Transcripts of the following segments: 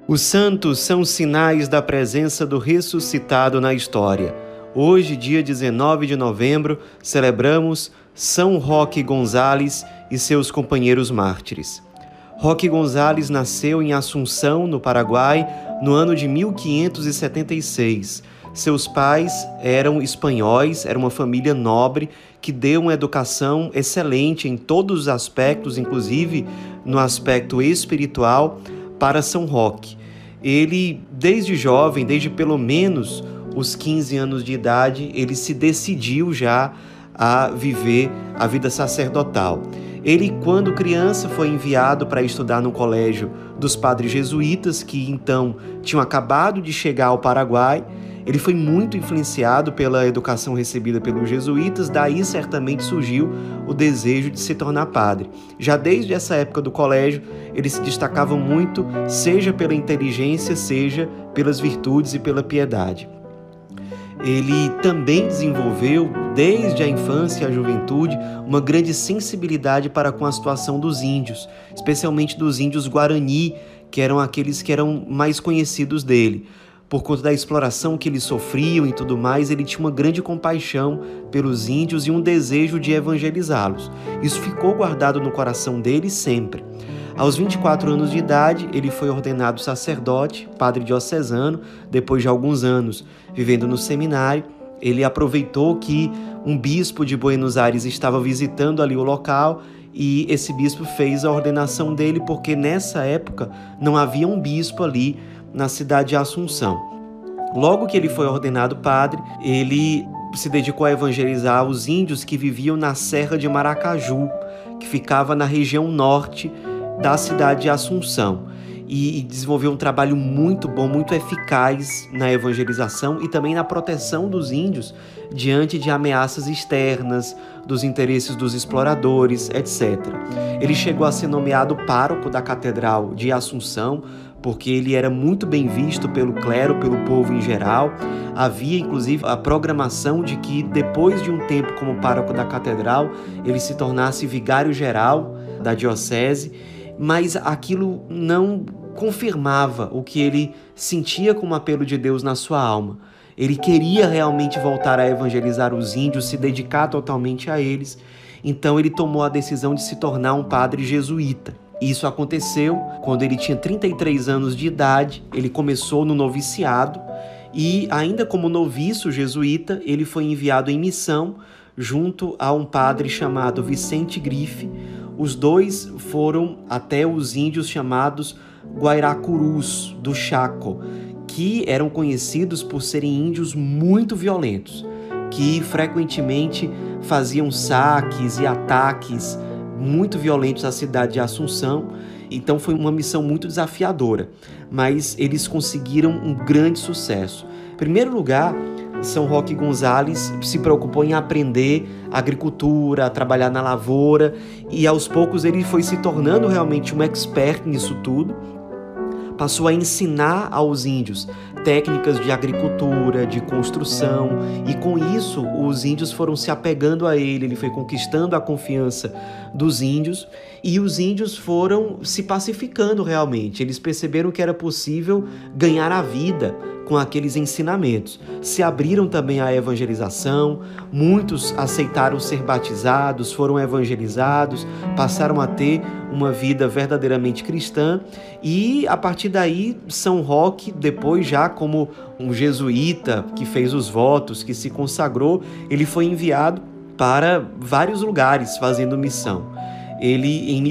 Os santos são sinais da presença do ressuscitado na história. Hoje, dia 19 de novembro, celebramos São Roque Gonzales e seus companheiros mártires. Roque Gonzales nasceu em Assunção, no Paraguai, no ano de 1576. Seus pais eram espanhóis, era uma família nobre que deu uma educação excelente em todos os aspectos, inclusive no aspecto espiritual, para São Roque. Ele, desde jovem, desde pelo menos os 15 anos de idade, ele se decidiu já a viver a vida sacerdotal. Ele, quando criança, foi enviado para estudar no colégio dos padres jesuítas, que então tinham acabado de chegar ao Paraguai. Ele foi muito influenciado pela educação recebida pelos jesuítas, daí certamente surgiu o desejo de se tornar padre. Já desde essa época do colégio, ele se destacava muito, seja pela inteligência, seja pelas virtudes e pela piedade. Ele também desenvolveu, desde a infância e a juventude, uma grande sensibilidade para com a situação dos índios, especialmente dos índios Guarani, que eram aqueles que eram mais conhecidos dele. Por conta da exploração que eles sofriam e tudo mais, ele tinha uma grande compaixão pelos índios e um desejo de evangelizá-los. Isso ficou guardado no coração dele sempre. Aos 24 anos de idade, ele foi ordenado sacerdote, padre diocesano. Depois de alguns anos vivendo no seminário, ele aproveitou que um bispo de Buenos Aires estava visitando ali o local e esse bispo fez a ordenação dele, porque nessa época não havia um bispo ali na cidade de Assunção. Logo que ele foi ordenado padre, ele se dedicou a evangelizar os índios que viviam na Serra de Maracaju, que ficava na região norte da cidade de Assunção, e desenvolveu um trabalho muito bom, muito eficaz na evangelização e também na proteção dos índios diante de ameaças externas, dos interesses dos exploradores, etc. Ele chegou a ser nomeado pároco da Catedral de Assunção, porque ele era muito bem visto pelo clero, pelo povo em geral. Havia, inclusive, a programação de que, depois de um tempo como pároco da catedral, ele se tornasse vigário-geral da diocese, mas aquilo não confirmava o que ele sentia como apelo de Deus na sua alma. Ele queria realmente voltar a evangelizar os índios, se dedicar totalmente a eles. Então ele tomou a decisão de se tornar um padre jesuíta. Isso aconteceu quando ele tinha 33 anos de idade. Ele começou no noviciado e, ainda como noviço jesuíta, ele foi enviado em missão junto a um padre chamado Vicente Griffe. Os dois foram até os índios chamados Guairacurus do Chaco, que eram conhecidos por serem índios muito violentos, que frequentemente faziam saques e ataques muito violentos à cidade de Assunção. Então foi uma missão muito desafiadora, mas eles conseguiram um grande sucesso. Em primeiro lugar, São Roque Gonzales se preocupou em aprender agricultura, a trabalhar na lavoura, e aos poucos ele foi se tornando realmente um expert nisso tudo. Passou a ensinar aos índios técnicas de agricultura, de construção, e com isso os índios foram se apegando a ele, ele foi conquistando a confiança dos índios, e os índios foram se pacificando realmente. Eles perceberam que era possível ganhar a vida com aqueles ensinamentos. Se abriram também à evangelização, muitos aceitaram ser batizados, foram evangelizados, passaram a ter uma vida verdadeiramente cristã, e a partir daí São Roque, depois já como um jesuíta que fez os votos, que se consagrou, ele foi enviado para vários lugares fazendo missão. Ele, em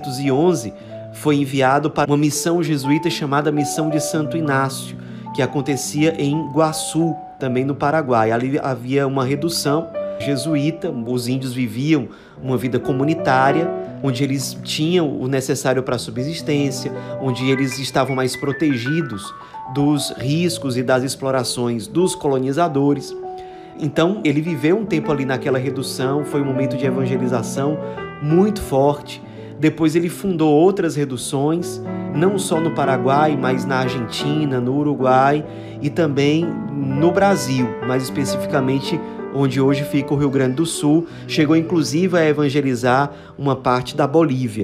1611, foi enviado para uma missão jesuíta chamada Missão de Santo Inácio, que acontecia em Iguaçu, também no Paraguai. Ali havia uma redução jesuíta, os índios viviam uma vida comunitária, onde eles tinham o necessário para a subsistência, onde eles estavam mais protegidos dos riscos e das explorações dos colonizadores. Então, ele viveu um tempo ali naquela redução, foi um momento de evangelização muito forte. Depois ele fundou outras reduções, não só no Paraguai, mas na Argentina, no Uruguai e também no Brasil, mais especificamente onde hoje fica o Rio Grande do Sul. Chegou inclusive a evangelizar uma parte da Bolívia.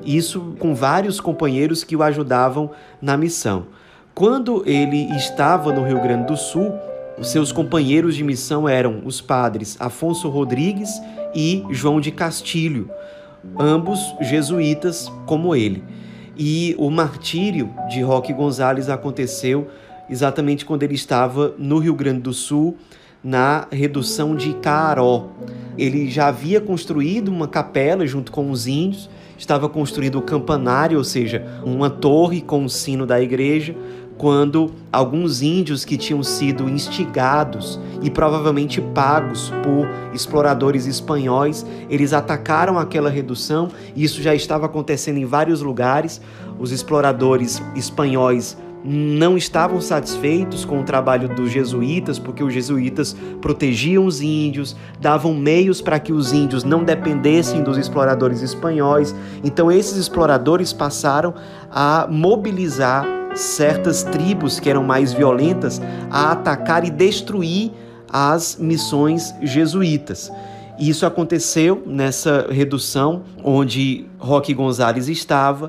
Isso com vários companheiros que o ajudavam na missão. Quando ele estava no Rio Grande do Sul, os seus companheiros de missão eram os padres Afonso Rodrigues e João de Castilho, ambos jesuítas como ele. E o martírio de Roque Gonzales aconteceu exatamente quando ele estava no Rio Grande do Sul, na redução de Caaró. Ele já havia construído uma capela junto com os índios, estava construindo o campanário, ou seja, uma torre com o sino da igreja, quando alguns índios que tinham sido instigados e provavelmente pagos por exploradores espanhóis, eles atacaram aquela redução, e isso já estava acontecendo em vários lugares. Os exploradores espanhóis não estavam satisfeitos com o trabalho dos jesuítas, porque os jesuítas protegiam os índios, davam meios para que os índios não dependessem dos exploradores espanhóis. Então esses exploradores passaram a mobilizar certas tribos que eram mais violentas a atacar e destruir as missões jesuítas. E isso aconteceu nessa redução onde Roque Gonzales estava,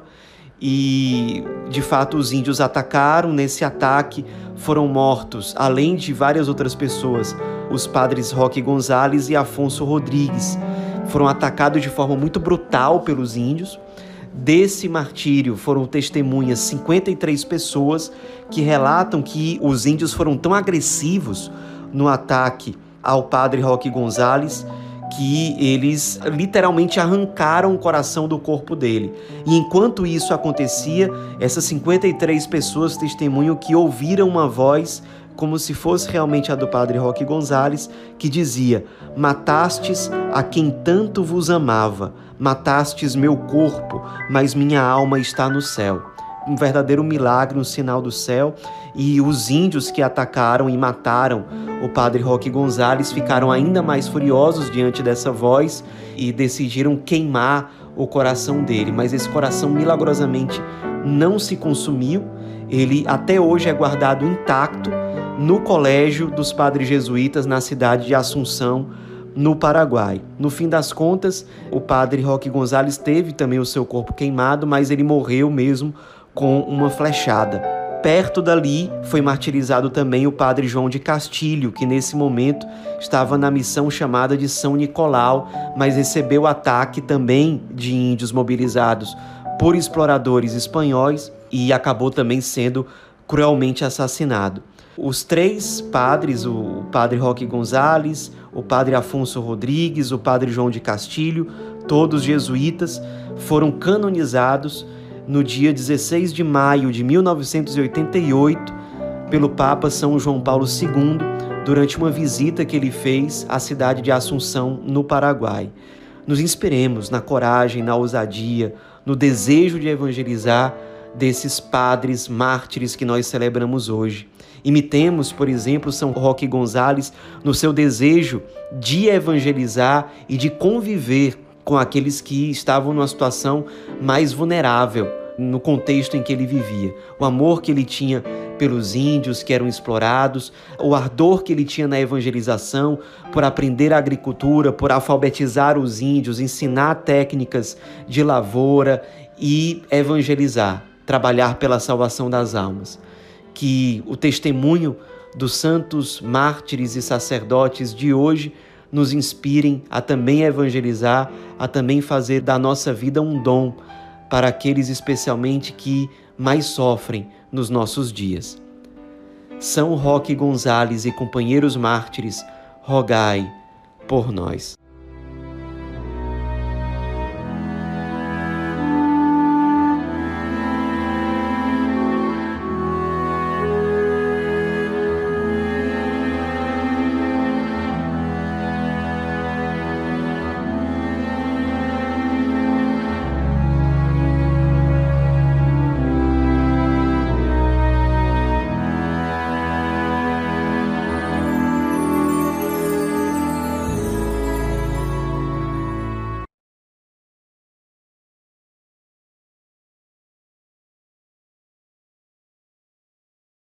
e de fato os índios atacaram. Nesse ataque foram mortos, além de várias outras pessoas, os padres Roque Gonzales e Afonso Rodrigues. Foram atacados de forma muito brutal pelos índios. Desse martírio foram testemunhas 53 pessoas que relatam que os índios foram tão agressivos no ataque ao padre Roque Gonzales que eles literalmente arrancaram o coração do corpo dele. E enquanto isso acontecia, essas 53 pessoas testemunham que ouviram uma voz, como se fosse realmente a do padre Roque Gonzales, que dizia: "Matastes a quem tanto vos amava, matastes meu corpo, mas minha alma está no céu." Um verdadeiro milagre, um sinal do céu. E os índios que atacaram e mataram o padre Roque Gonzales ficaram ainda mais furiosos diante dessa voz e decidiram queimar o coração dele. Mas esse coração milagrosamente não se consumiu. Ele até hoje é guardado intacto no colégio dos padres jesuítas na cidade de Assunção, no Paraguai. No fim das contas, o padre Roque Gonzales teve também o seu corpo queimado, mas ele morreu mesmo com uma flechada. Perto dali foi martirizado também o padre João de Castilho, que nesse momento estava na missão chamada de São Nicolau, mas recebeu ataque também de índios mobilizados por exploradores espanhóis e acabou também sendo cruelmente assassinado. Os três padres, o padre Roque Gonzales, o padre Afonso Rodrigues, o padre João de Castilho, todos jesuítas, foram canonizados no dia 16 de maio de 1988 pelo Papa São João Paulo II, durante uma visita que ele fez à cidade de Assunção, no Paraguai. Nos inspiremos na coragem, na ousadia, no desejo de evangelizar desses padres mártires que nós celebramos hoje. Imitemos, por exemplo, São Roque Gonzales no seu desejo de evangelizar e de conviver com aqueles que estavam numa situação mais vulnerável no contexto em que ele vivia. O amor que ele tinha pelos índios que eram explorados, o ardor que ele tinha na evangelização, por aprender a agricultura, por alfabetizar os índios, ensinar técnicas de lavoura e evangelizar, trabalhar pela salvação das almas. Que o testemunho dos santos mártires e sacerdotes de hoje nos inspirem a também evangelizar, a também fazer da nossa vida um dom para aqueles especialmente que mais sofrem nos nossos dias. São Roque Gonzales e companheiros mártires, rogai por nós.